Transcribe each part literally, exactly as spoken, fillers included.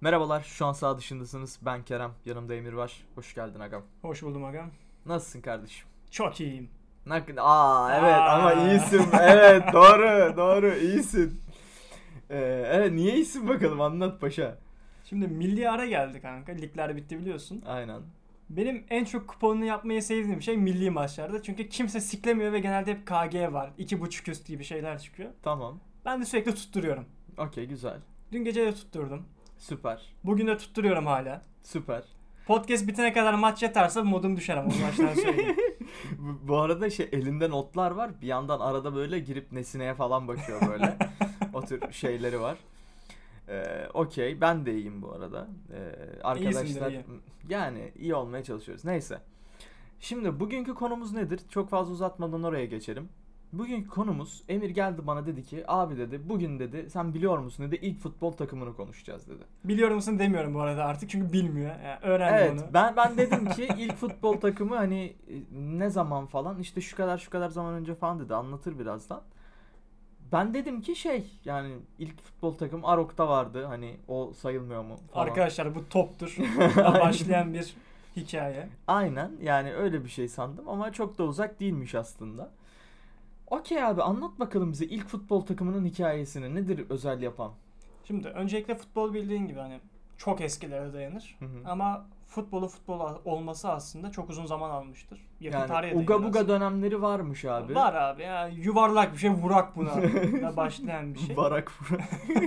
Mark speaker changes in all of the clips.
Speaker 1: Merhabalar, şu an sağ dışındasınız. Ben Kerem, yanımda Emir var. Hoş geldin agam.
Speaker 2: Hoş buldum agam.
Speaker 1: Nasılsın kardeşim?
Speaker 2: Çok iyiyim.
Speaker 1: Nak- Aa evet
Speaker 2: Aa.
Speaker 1: ama iyisin. Evet doğru doğru iyisin. Ee, evet niye iyisin bakalım anlat paşa.
Speaker 2: Şimdi milli ara geldi kanka. Ligler bitti biliyorsun.
Speaker 1: Aynen.
Speaker 2: Benim en çok kuponunu yapmayı sevdiğim şey milli maçlarda. Çünkü kimse siklemiyor ve genelde hep K G var. iki buçuk üst gibi şeyler çıkıyor.
Speaker 1: Tamam.
Speaker 2: Ben de sürekli tutturuyorum.
Speaker 1: Okey güzel.
Speaker 2: Dün gece de tutturdum.
Speaker 1: Süper.
Speaker 2: Bugün de tutturuyorum hala.
Speaker 1: Süper.
Speaker 2: Podcast bitene kadar maç yatarsa modum düşer ama o maçtan söyleyeyim.
Speaker 1: Bu, bu arada şey elinde notlar var. Bir yandan arada böyle girip Nesine'ye falan bakıyor böyle. O tür şeyleri var. Ee, Okey ben de iyiyim bu arada. Ee, arkadaşlar
Speaker 2: İyisindir, iyi.
Speaker 1: yani iyi olmaya çalışıyoruz. Neyse. Şimdi bugünkü konumuz nedir? Çok fazla uzatmadan oraya geçelim. Bugünkü konumuz Emir geldi bana dedi ki abi dedi bugün dedi sen biliyor musun dedi ilk futbol takımını konuşacağız dedi.
Speaker 2: Biliyor musun demiyorum bu arada artık çünkü bilmiyor. Yani öğrendi
Speaker 1: Evet
Speaker 2: onu.
Speaker 1: ben ben dedim ki ilk futbol takımı hani ne zaman falan işte şu kadar şu kadar zaman önce falan dedi anlatır birazdan. Ben dedim ki şey yani ilk futbol takım Arok'ta vardı hani o sayılmıyor mu falan.
Speaker 2: Arkadaşlar bu toptur. Başlayan bir hikaye.
Speaker 1: Aynen yani öyle bir şey sandım ama çok da uzak değilmiş aslında. Okey abi anlat bakalım bize ilk futbol takımının hikayesini nedir özel yapan?
Speaker 2: Şimdi öncelikle futbol bildiğin gibi hani çok eskilere dayanır.
Speaker 1: Hı hı.
Speaker 2: Ama futbolu futbol olması aslında çok uzun zaman almıştır. Yakın
Speaker 1: Yani
Speaker 2: tarihe
Speaker 1: uga
Speaker 2: dayanır
Speaker 1: buga
Speaker 2: aslında.
Speaker 1: dönemleri varmış abi.
Speaker 2: Var abi ya yuvarlak bir şey vurak buna da başlayan bir şey.
Speaker 1: Barak vurak.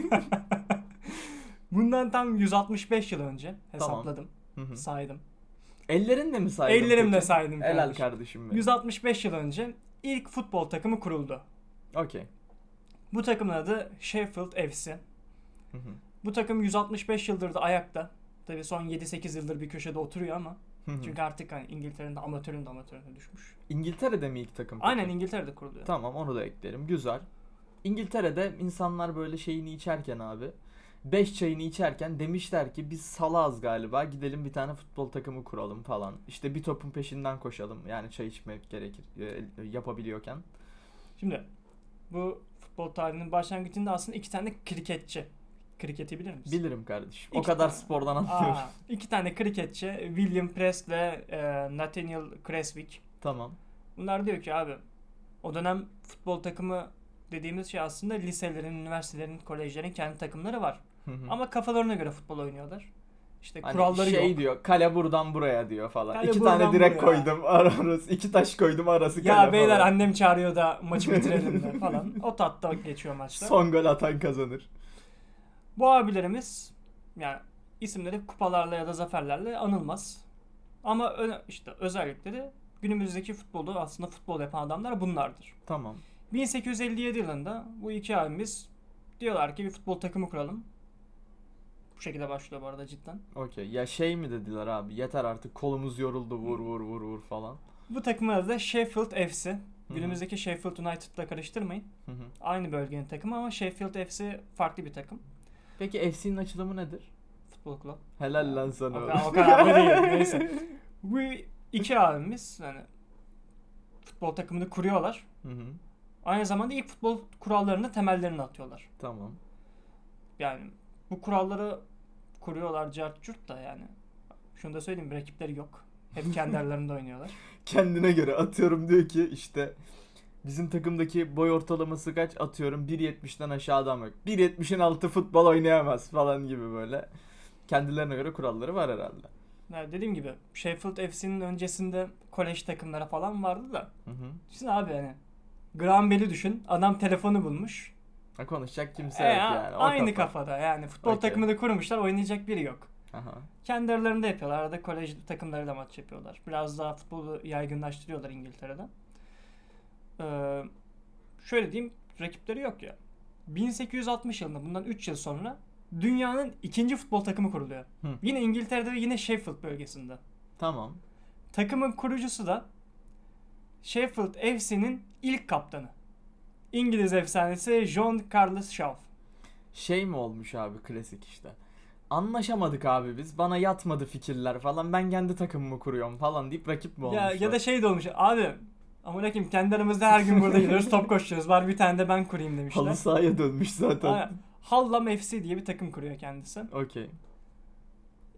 Speaker 2: Bundan tam yüz altmış beş yıl önce hesapladım,
Speaker 1: Hı hı.
Speaker 2: saydım.
Speaker 1: Ellerinle mi saydın?
Speaker 2: Ellerimle
Speaker 1: peki?
Speaker 2: saydım
Speaker 1: Helal
Speaker 2: kardeşim.
Speaker 1: kardeşim benim.
Speaker 2: yüz altmış beş yıl önce ilk futbol takımı kuruldu.
Speaker 1: Okey.
Speaker 2: Bu takımın adı Sheffield F C.
Speaker 1: Hı hı.
Speaker 2: Bu takım yüz altmış beş yıldır da ayakta. Tabii son yedi sekiz yıldır bir köşede oturuyor ama
Speaker 1: Hı hı.
Speaker 2: çünkü artık hani İngiltere'nin de amatörün de amatörüne düşmüş.
Speaker 1: İngiltere'de mi ilk takım? peki?
Speaker 2: Aynen İngiltere'de kuruluyor.
Speaker 1: Tamam onu da eklerim. Güzel. İngiltere'de insanlar böyle şeyini içerken abi beş çayını içerken demişler ki biz salağız galiba gidelim bir tane futbol takımı kuralım falan. İşte bir topun peşinden koşalım yani çay içmek gerekir e, yapabiliyorken.
Speaker 2: Şimdi bu futbol tarihinin başlangıcında aslında iki tane kriketçi. Kriketi bilir misin?
Speaker 1: Bilirim kardeşim. O
Speaker 2: İki
Speaker 1: kadar
Speaker 2: tane.
Speaker 1: spordan anlıyorum.
Speaker 2: Aa, iki tane kriketçi William Prest ve e, Nathaniel Creswick.
Speaker 1: Tamam.
Speaker 2: Bunlar diyor ki abi o dönem futbol takımı dediğimiz şey aslında liselerin, üniversitelerin, kolejlerin kendi takımları var.
Speaker 1: Hı hı.
Speaker 2: Ama kafalarına göre futbol oynuyorlar. İşte
Speaker 1: Hani
Speaker 2: kuralları
Speaker 1: şey
Speaker 2: yok.
Speaker 1: diyor kale buradan buraya diyor falan.
Speaker 2: Kale
Speaker 1: iki
Speaker 2: buradan
Speaker 1: tane direk
Speaker 2: buraya.
Speaker 1: koydum arası iki taş koydum arası kale
Speaker 2: Ya beyler
Speaker 1: falan.
Speaker 2: annem çağırıyor da maçı bitirelim de falan. O tatta geçiyor maçlar.
Speaker 1: Son gol atan kazanır.
Speaker 2: Bu abilerimiz yani isimleri kupalarla ya da zaferlerle anılmaz. Ama ö- işte özellikleri günümüzdeki futbolu aslında futbol yapan adamlar bunlardır.
Speaker 1: Tamam.
Speaker 2: bin sekiz yüz elli yedi yılında bu iki abimiz diyorlar ki bir futbol takımı kuralım. Bu şekilde başlıyor bu arada cidden.
Speaker 1: Okey. Ya şey mi dediler abi yeter artık kolumuz yoruldu vur vur vur vur falan.
Speaker 2: Bu takımın adı da Sheffield F C.
Speaker 1: Hı hı.
Speaker 2: Günümüzdeki Sheffield United'la karıştırmayın.
Speaker 1: Hı hı.
Speaker 2: Aynı bölgenin takımı ama Sheffield F C farklı bir takım.
Speaker 1: Peki F C'nin açılımı nedir?
Speaker 2: Futbol kulübü.
Speaker 1: Helal lan sana.
Speaker 2: O, kadar- o kadar da değil. Neyse. Bu iki abimiz yani futbol takımını kuruyorlar.
Speaker 1: Hı hı.
Speaker 2: Aynı zamanda ilk futbol kurallarının temellerini atıyorlar.
Speaker 1: Tamam.
Speaker 2: Yani bu kuralları kuruyorlar cart curt da yani. Şunu da söyleyeyim rakipleri yok. Hep kendi aralarında oynuyorlar.
Speaker 1: Kendine göre atıyorum diyor ki işte bizim takımdaki boy ortalaması kaç atıyorum bir yetmişten aşağı adam yok. bir yetmişin altı futbol oynayamaz falan gibi böyle. Kendilerine göre kuralları var herhalde.
Speaker 2: Yani dediğim gibi Sheffield F C'nin öncesinde kolej takımları falan vardı da.
Speaker 1: Hı hı.
Speaker 2: Şimdi abi hani Graham Bell'i düşün. Adam telefonu bulmuş.
Speaker 1: Ha, konuşacak kimse
Speaker 2: E,
Speaker 1: yok yani. O
Speaker 2: aynı
Speaker 1: kafa.
Speaker 2: kafada yani futbol
Speaker 1: Okey.
Speaker 2: takımını kurmuşlar oynayacak biri yok.
Speaker 1: Aha.
Speaker 2: Kendi aralarında yapıyorlar. Arada kolej takımları da maç yapıyorlar. Biraz daha futbolu yaygınlaştırıyorlar İngiltere'de. Ee, şöyle diyeyim rakipleri yok ya. bin sekiz yüz altmış yılında bundan üç yıl sonra dünyanın ikinci futbol takımı kuruluyor.
Speaker 1: Hı.
Speaker 2: Yine İngiltere'de ve yine Sheffield bölgesinde.
Speaker 1: Tamam.
Speaker 2: Takımın kurucusu da Sheffield F C'nin ilk kaptanı. İngiliz efsanesi John Carlos Shaw.
Speaker 1: Şey mi olmuş abi klasik işte. Anlaşamadık abi biz. Bana yatmadı fikirler falan. Ben kendi takımımı kuruyorum falan deyip rakip mi
Speaker 2: Ya,
Speaker 1: olmuşlar?
Speaker 2: ya da şey de olmuş. Abi amına koyayım kendi aramızda her gün burada gidiyoruz top koşuyoruz. Var bir tane de ben kurayım demişler.
Speaker 1: Halı sahaya dönmüş zaten.
Speaker 2: Aynen. Hallam F C diye bir takım kuruyor kendisi.
Speaker 1: Okey.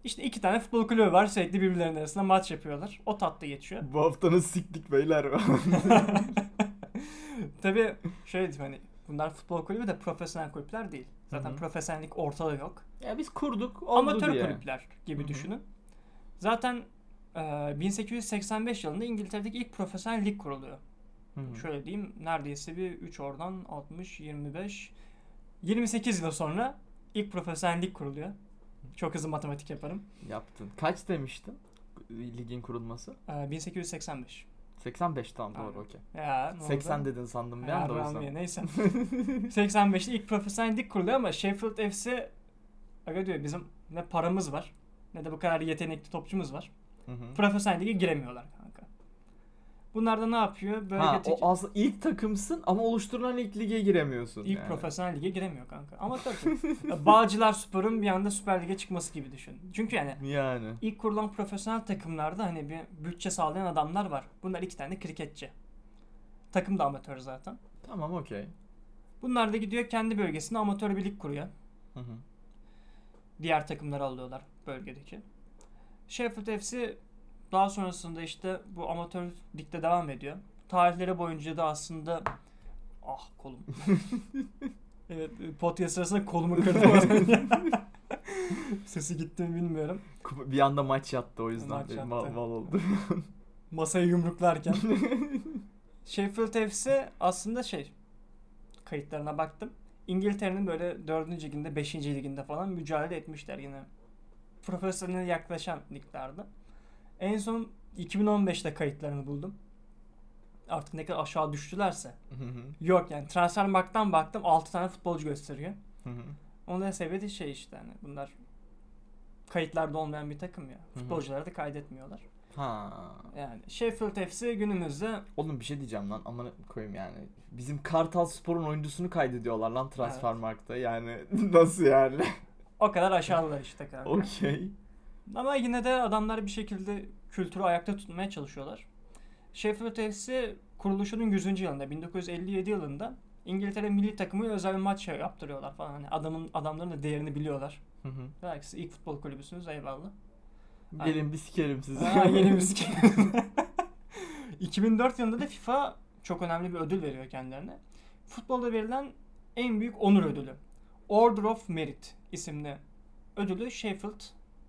Speaker 2: İşte iki tane futbol kulübü var, sürekli birbirlerinin arasında maç yapıyorlar. O tatlı geçiyor.
Speaker 1: Bu haftanın siktik beyler.
Speaker 2: Tabii şöyle diyeyim, hani bunlar futbol kulübü de profesyonel kulüpler değil. Zaten
Speaker 1: Hı-hı.
Speaker 2: profesyonellik ortada yok.
Speaker 1: Ya biz kurduk, oldu
Speaker 2: Amatör
Speaker 1: diye.
Speaker 2: kulüpler gibi
Speaker 1: Hı-hı.
Speaker 2: düşünün. Zaten e, bin sekiz yüz seksen beş yılında İngiltere'deki ilk profesyonel lig kuruluyor.
Speaker 1: Hı-hı.
Speaker 2: Şöyle diyeyim, neredeyse bir üç oradan altmış, yirmi beş, yirmi sekiz yıl sonra ilk profesyonel lig kuruluyor. Çok hızlı matematik yaparım.
Speaker 1: Yaptın. Kaç demiştin ligin kurulması?
Speaker 2: E, bin sekiz yüz seksen beş.
Speaker 1: seksen beş tamam doğru
Speaker 2: Aynen.
Speaker 1: okey.
Speaker 2: Ya, ne
Speaker 1: seksen
Speaker 2: oldu?
Speaker 1: dedin sandım bir
Speaker 2: Ya,
Speaker 1: anda o
Speaker 2: Rami,
Speaker 1: yüzden.
Speaker 2: neyse. seksen beşte ilk profesyonel lig kuruluyor ama Sheffield F C aga diyor, bizim ne paramız var ne de bu kadar yetenekli topçumuz var.
Speaker 1: Hı hı.
Speaker 2: Profesyonel lige giremiyorlar kanka. Bunlar da ne yapıyor?
Speaker 1: Ha,
Speaker 2: Bölgedeki
Speaker 1: o aslında ilk takımsın ama oluşturulan ilk lige giremiyorsun.
Speaker 2: ilk
Speaker 1: yani.
Speaker 2: profesyonel lige giremiyor kanka. Ama tabii Bağcılar Spor'un bir anda Süper Lig'e çıkması gibi düşün. Çünkü yani
Speaker 1: Yani.
Speaker 2: ilk kurulan profesyonel takımlarda hani bir bütçe sağlayan adamlar var. Bunlar iki tane kriketçi. Takım da amatör zaten.
Speaker 1: Tamam okey.
Speaker 2: Bunlar da gidiyor kendi bölgesinde amatör bir lig kuruyor.
Speaker 1: Hı hı.
Speaker 2: Diğer takımları alıyorlar bölgedeki. Sheffield F C daha sonrasında işte bu amatör ligde devam ediyor. Tarihleri boyunca da aslında ah kolum. Evet, podcast sırasında kolumu kırdım az önce. Sesi gitti mi bilmiyorum.
Speaker 1: Bir anda maç yattı o yüzden
Speaker 2: Maç
Speaker 1: bir
Speaker 2: yattı.
Speaker 1: mal, mal oldu.
Speaker 2: Masaya yumruklarken. Sheffield F C aslında şey, kayıtlarına baktım. İngiltere'nin böyle dördüncü liginde, beşinci liginde falan mücadele etmişler yine. Profesyonel yaklaşan liglerde. En son iki bin on beşte kayıtlarını buldum. Artık ne kadar aşağı düştülerse.
Speaker 1: Hı hı.
Speaker 2: Yok yani, Transfermarkt'tan baktım altı tane futbolcu gösteriyor.
Speaker 1: Hı hı.
Speaker 2: Onun da sebebi şey işte, hani bunlar kayıtlarda olmayan bir takım ya.
Speaker 1: Hı hı.
Speaker 2: Futbolcuları da kaydetmiyorlar.
Speaker 1: Ha.
Speaker 2: Yani Sheffield F C günümüzde
Speaker 1: Oğlum bir şey diyeceğim lan amına koyayım yani. Bizim Kartal Spor'un oyuncusunu kaydediyorlar lan Transfermarkt'ta. Yani nasıl yani?
Speaker 2: o kadar aşağılar işte kanka.
Speaker 1: Okey.
Speaker 2: Ama yine de adamlar bir şekilde kültürü ayakta tutmaya çalışıyorlar. Sheffield F C kuruluşunun yüzüncü yılında, bin dokuz yüz elli yedi yılında İngiltere milli takımı özel bir maç yaptırıyorlar falan. Hani adamın adamların da değerini biliyorlar.
Speaker 1: Hı hı.
Speaker 2: Belki siz ilk futbol kulübüsünüz, eyvallah.
Speaker 1: Gelin bir sikerim sizi.
Speaker 2: Aa, yeni müzik. iki bin dört yılında da FIFA çok önemli bir ödül veriyor kendilerine. Futbolda verilen en büyük onur ödülü. Order of Merit isimli ödülü Sheffield.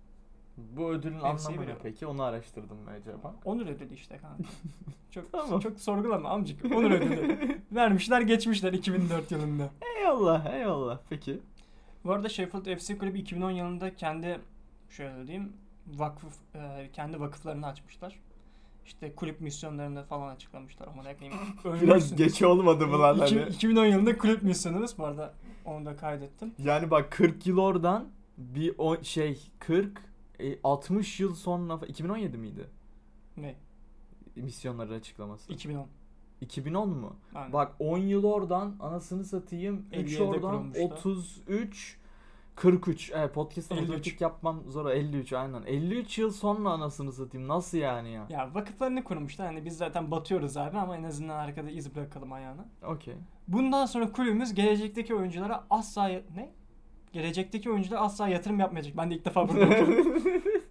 Speaker 1: Bu ödülün
Speaker 2: F C'yi
Speaker 1: anlamı ne
Speaker 2: veriyor.
Speaker 1: peki? Onu araştırdım mı acaba?
Speaker 2: Onur ödülü işte kanka. Çok
Speaker 1: Tamam.
Speaker 2: çok sorgulama amcık. Onur ödülü. Vermişler geçmişler iki bin dört yılında.
Speaker 1: Eyvallah eyvallah. Peki.
Speaker 2: Bu arada Sheffield F C kulübü iki bin on yılında kendi şöyle diyeyim vakıf e, kendi vakıflarını açmışlar. İşte kulüp misyonlarını falan açıklamışlar. Ama ne diyeyim?
Speaker 1: Biraz geç olmadı mı lan
Speaker 2: İki-
Speaker 1: hani?
Speaker 2: iki bin on yılında kulüp misyonumuz. Bu arada onu da kaydettim.
Speaker 1: Yani bak kırk yıl oradan bir o şey kırk e, altmış yıl sonra iki bin on yedi miydi?
Speaker 2: Ne?
Speaker 1: Misyonları açıklaması.
Speaker 2: iki bin on.
Speaker 1: iki bin on mu?
Speaker 2: Aynen.
Speaker 1: Bak on yıl oradan anasını satayım. üç
Speaker 2: elli yedide
Speaker 1: oradan
Speaker 2: kurulmuşlar.
Speaker 1: otuz üç kırk üç. Evet podcast'ta
Speaker 2: elli üç.
Speaker 1: matematik yapmam zor. elli üç aynen. elli üç yıl sonra anasını satayım. Nasıl yani ya?
Speaker 2: Ya vakıflarını kurmuşlar. Hani biz zaten batıyoruz abi ama en azından arkada iz bırakalım ayağına.
Speaker 1: Okey.
Speaker 2: Bundan sonra kulübümüz gelecekteki oyunculara asla ya- ne? Gelecekteki oyunculara asla yatırım yapmayacak. Ben de ilk defa burada okuyorum.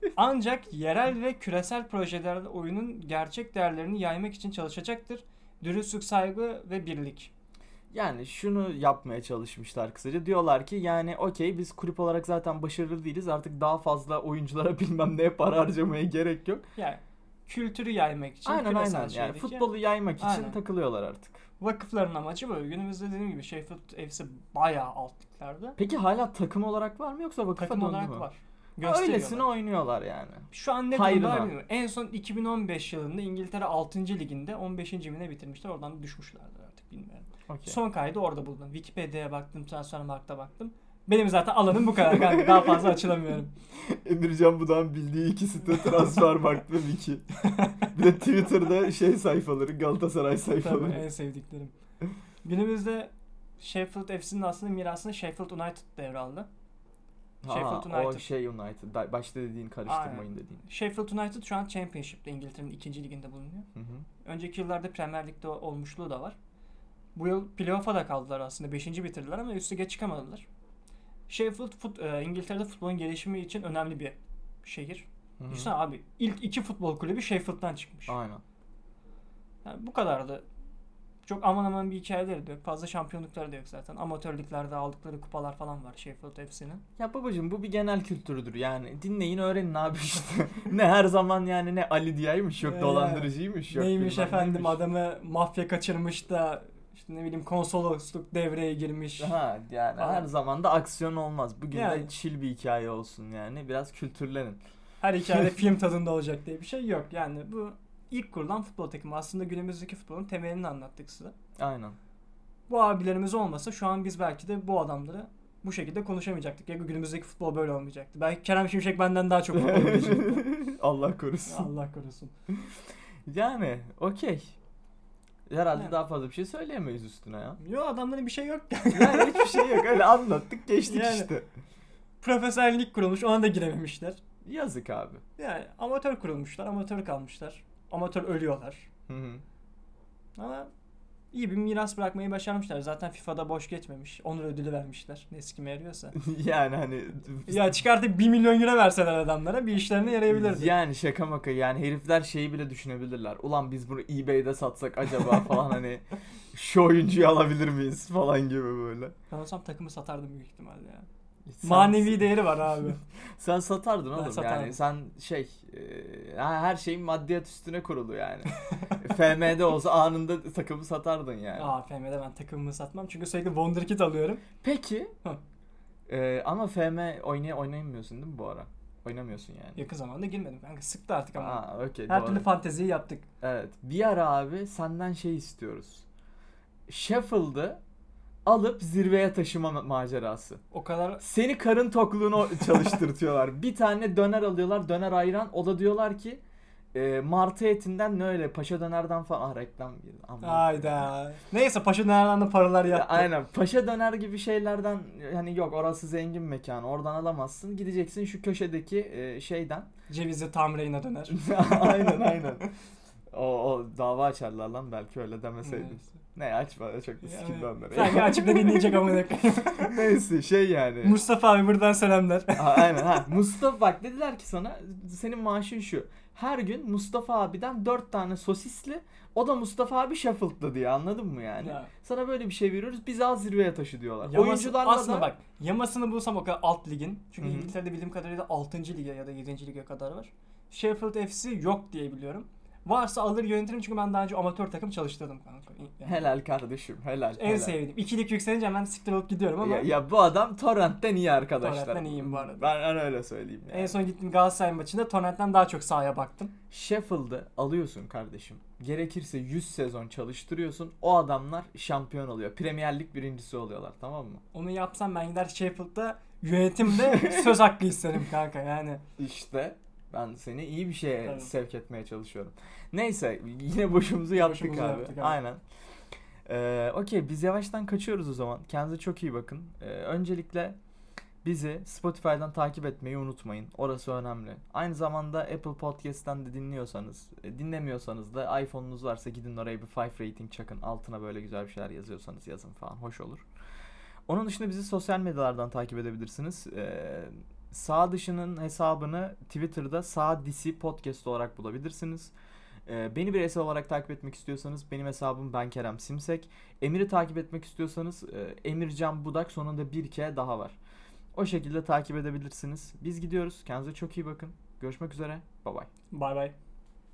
Speaker 2: Ancak yerel ve küresel projelerde oyunun gerçek değerlerini yaymak için çalışacaktır. Dürüstlük, saygı ve birlik.
Speaker 1: Yani şunu yapmaya çalışmışlar kısaca. Diyorlar ki yani okey biz kulüp olarak zaten başarılı değiliz. Artık daha fazla oyunculara bilmem neye para harcamaya gerek yok.
Speaker 2: Yani kültürü yaymak için,
Speaker 1: Aynen
Speaker 2: küresel
Speaker 1: aynen. Yani
Speaker 2: şeydeki
Speaker 1: futbolu yaymak için
Speaker 2: Aynen.
Speaker 1: takılıyorlar artık.
Speaker 2: vakıfların amacı bu. Günümüzde dediğim gibi Sheffield F C bayağı alt liglerde.
Speaker 1: Peki hala takım olarak var mı yoksa vakıfa
Speaker 2: Takım
Speaker 1: döndü
Speaker 2: olarak
Speaker 1: mü?
Speaker 2: var.
Speaker 1: Ha,
Speaker 2: Gösteriyorlar.
Speaker 1: öylesine oynuyorlar yani.
Speaker 2: Şu an ne
Speaker 1: Hayrına.
Speaker 2: durumda bilmiyorum. En son iki bin on beş yılında İngiltere altıncı liginde on beşinci mi ne bitirmişler. Oradan da düşmüşlerdir artık, bilmiyorum.
Speaker 1: Okay.
Speaker 2: Son kaydı orada buldum. Wikipedia'ya baktım, Transfermarkt'a baktım. Benim zaten alanım bu kadar kanka. Daha fazla açılamıyorum.
Speaker 1: Emircan Budak'ın bildiği iki site Transfermarkt ve Wiki. Bir de Twitter'da şey sayfaları, Galatasaray
Speaker 2: Tabii
Speaker 1: sayfaları.
Speaker 2: en sevdiklerim. Günümüzde Sheffield F C'nin aslında mirasını Sheffield United devraldı.
Speaker 1: Ha,
Speaker 2: Sheffield
Speaker 1: o
Speaker 2: United.
Speaker 1: şey United. Da- Başta dediğin karıştırmayın
Speaker 2: Aynen.
Speaker 1: dediğin.
Speaker 2: Sheffield United şu an Championship'te, İngiltere'nin ikinci liginde bulunuyor.
Speaker 1: Hı hı.
Speaker 2: Önceki yıllarda Premier Lig'de olmuşluğu da var. Bu yıl playoff'a da kaldılar aslında. Beşinci bitirdiler ama üst lige çıkamadılar. Sheffield fut, e, İngiltere'de futbolun gelişimi için önemli bir şehir.
Speaker 1: Hı-hı.
Speaker 2: Düşünsene abi ilk iki futbol kulübü Sheffield'dan çıkmış.
Speaker 1: Aynen.
Speaker 2: Yani bu kadardı. Çok aman aman bir hikayeleri de yok. Fazla şampiyonlukları da yok zaten. Amatör liglerde aldıkları kupalar falan var Sheffield F C'nin.
Speaker 1: Ya babacığım bu bir genel kültürüdür yani. Dinleyin öğrenin abi işte. Ne her zaman yani ne Ali Diya'ymış yok
Speaker 2: Ee,
Speaker 1: dolandırıcıymış yok.
Speaker 2: Neymiş
Speaker 1: bilmem
Speaker 2: efendim
Speaker 1: neymiş.
Speaker 2: adamı mafya kaçırmış da işte ne bileyim konsolosluk devreye girmiş.
Speaker 1: Ha yani
Speaker 2: Falan.
Speaker 1: her zaman da aksiyon olmaz. Bugün
Speaker 2: Yani.
Speaker 1: de chill bir hikaye olsun yani. Biraz kültürlenin.
Speaker 2: Her hikayede film tadında olacak diye bir şey yok. Yani bu ilk kurulan futbol takımı. Aslında günümüzdeki futbolun temelini anlattık size.
Speaker 1: Aynen.
Speaker 2: Bu abilerimiz olmasa şu an biz belki de bu adamları bu şekilde konuşamayacaktık. Ya günümüzdeki futbol böyle olmayacaktı. Belki Kerem Şimşek benden daha çok futbol bilecekti.
Speaker 1: Allah korusun.
Speaker 2: Allah korusun.
Speaker 1: Yani okey. Herhalde
Speaker 2: Yani.
Speaker 1: daha fazla bir şey söyleyemeyiz üstüne ya.
Speaker 2: Yok adamların bir şey yok.
Speaker 1: Yani hiçbir şey yok. Öyle anlattık geçtik
Speaker 2: Yani.
Speaker 1: işte.
Speaker 2: Profesyonel lig kurulmuş ona da girememişler.
Speaker 1: Yazık abi.
Speaker 2: Yani amatör kurulmuşlar, amatör kalmışlar. Amatör ölüyorlar.
Speaker 1: Hı hı.
Speaker 2: Ama iyi bir miras bırakmayı başarmışlar. Zaten FIFA'da boş geçmemiş. Onur ödülü vermişler. Ne sikime yarıyorsa.
Speaker 1: Yani hani
Speaker 2: Ya çıkartıp bir milyon euro verseler adamlara bir işlerine yarayabilirdi.
Speaker 1: yani şaka maka yani herifler şeyi bile düşünebilirler. Ulan biz bunu eBay'de satsak acaba falan hani şu oyuncuyu alabilir miyiz falan gibi böyle.
Speaker 2: Ben olsam takımı satardım büyük ihtimalle ya.
Speaker 1: Sen-
Speaker 2: Manevi değeri var abi.
Speaker 1: Sen satardın
Speaker 2: Ben
Speaker 1: oğlum
Speaker 2: satardım.
Speaker 1: yani sen şey e, her şeyin maddiyat üstüne kurulu yani. F M'de olsa anında takımı satardın yani.
Speaker 2: Aa F M'de ben takımımı satmam çünkü sürekli Wonderkid alıyorum.
Speaker 1: Peki
Speaker 2: Hı.
Speaker 1: e, ama F M oynay oynayamıyorsun değil mi bu ara? Oynamıyorsun yani.
Speaker 2: Yakın zamanda girmedim kanka sıktı artık ama.
Speaker 1: Aa, okey,
Speaker 2: Her
Speaker 1: doğru.
Speaker 2: türlü fanteziyi yaptık.
Speaker 1: Evet. Bir ara abi senden şey istiyoruz. Sheffield'ı alıp zirveye taşıma ma- macerası.
Speaker 2: O kadar
Speaker 1: Seni karın tokluğunu çalıştırtıyorlar. Bir tane döner alıyorlar, döner ayran. O da diyorlar ki e, martı etinden ne öyle paşa dönerden falan. Ah, reklam girdi. Aman.
Speaker 2: hayda. Neyse paşa nereden de paralar
Speaker 1: Ya,
Speaker 2: yaptı.
Speaker 1: aynen. Paşa döner gibi şeylerden hani yok orası zengin mekanı. Oradan alamazsın. Gideceksin şu köşedeki e, şeyden.
Speaker 2: Cevizi tam reyna döner.
Speaker 1: aynen aynen. O, o dava açarlar lan belki öyle demeseydin.
Speaker 2: Neyse.
Speaker 1: Ne açma çok da sikim onları.
Speaker 2: Sanki açıp da dinleyecek ama ne
Speaker 1: Neyse şey yani.
Speaker 2: Mustafa abi buradan selamlar.
Speaker 1: Ha, aynen ha. Mustafa bak dediler ki sana senin maaşın şu. Her gün Mustafa abiden dört tane sosisli o da Mustafa abi Sheffield'lı diye anladın mı yani?
Speaker 2: Ya.
Speaker 1: Sana böyle bir şey veriyoruz bizi az zirveye taşı diyorlar.
Speaker 2: Yaması,
Speaker 1: Oyuncularla
Speaker 2: aslında
Speaker 1: da
Speaker 2: bak yamasını bulsam o kadar alt ligin. Çünkü
Speaker 1: Hı hı.
Speaker 2: İngiltere'de bildiğim kadarıyla altıncı lige ya da yedinci lige kadar var. Sheffield F C yok diye biliyorum. Varsa alır yönetirim çünkü ben daha önce amatör takım çalıştırdım kanka. Yani
Speaker 1: helal kardeşim helal.
Speaker 2: en
Speaker 1: helal.
Speaker 2: sevdiğim. İkilik yükselince hemen siktir olup gidiyorum ama
Speaker 1: Ya, ya bu adam Torrent'ten iyi arkadaşlar.
Speaker 2: Torrent'ten iyiyim bu arada.
Speaker 1: Ben, ben öyle söyleyeyim yani.
Speaker 2: en son gittim Galatasaray maçında Torrent'ten daha çok sahaya baktım.
Speaker 1: Sheffield'ı alıyorsun kardeşim. Gerekirse yüz sezon çalıştırıyorsun. O adamlar şampiyon oluyor. Premier Lig birincisi oluyorlar tamam mı?
Speaker 2: Onu yapsam ben gider Sheffield'da yönetimde söz hakkı isterim kanka yani.
Speaker 1: İşte ben seni iyi bir şeye
Speaker 2: Tabii.
Speaker 1: sevk etmeye çalışıyorum. Neyse yine boşumuzu yaptık
Speaker 2: Boşumuzu
Speaker 1: abi.
Speaker 2: yaptık abi.
Speaker 1: Aynen. Ee, Okey biz yavaştan kaçıyoruz o zaman. Kendinize çok iyi bakın. Ee, öncelikle bizi Spotify'dan takip etmeyi unutmayın. Orası önemli. Aynı zamanda Apple Podcast'ten de dinliyorsanız, e, dinlemiyorsanız da iPhone'unuz varsa gidin oraya bir five rating çakın. Altına böyle güzel bir şeyler yazıyorsanız yazın falan. Hoş olur. Onun dışında bizi sosyal medyalardan takip edebilirsiniz. Ee, Sağ dışının hesabını Twitter'da Sağ Disi Podcast olarak bulabilirsiniz. Ee, beni bireysel olarak takip etmek istiyorsanız benim hesabım Ben Kerem Simsek. Emir'i takip etmek istiyorsanız e, Emircan Budak sonunda bir K daha var. O şekilde takip edebilirsiniz. Biz gidiyoruz. Kendinize çok iyi bakın. Görüşmek üzere. Bye bye.
Speaker 2: Bay bay.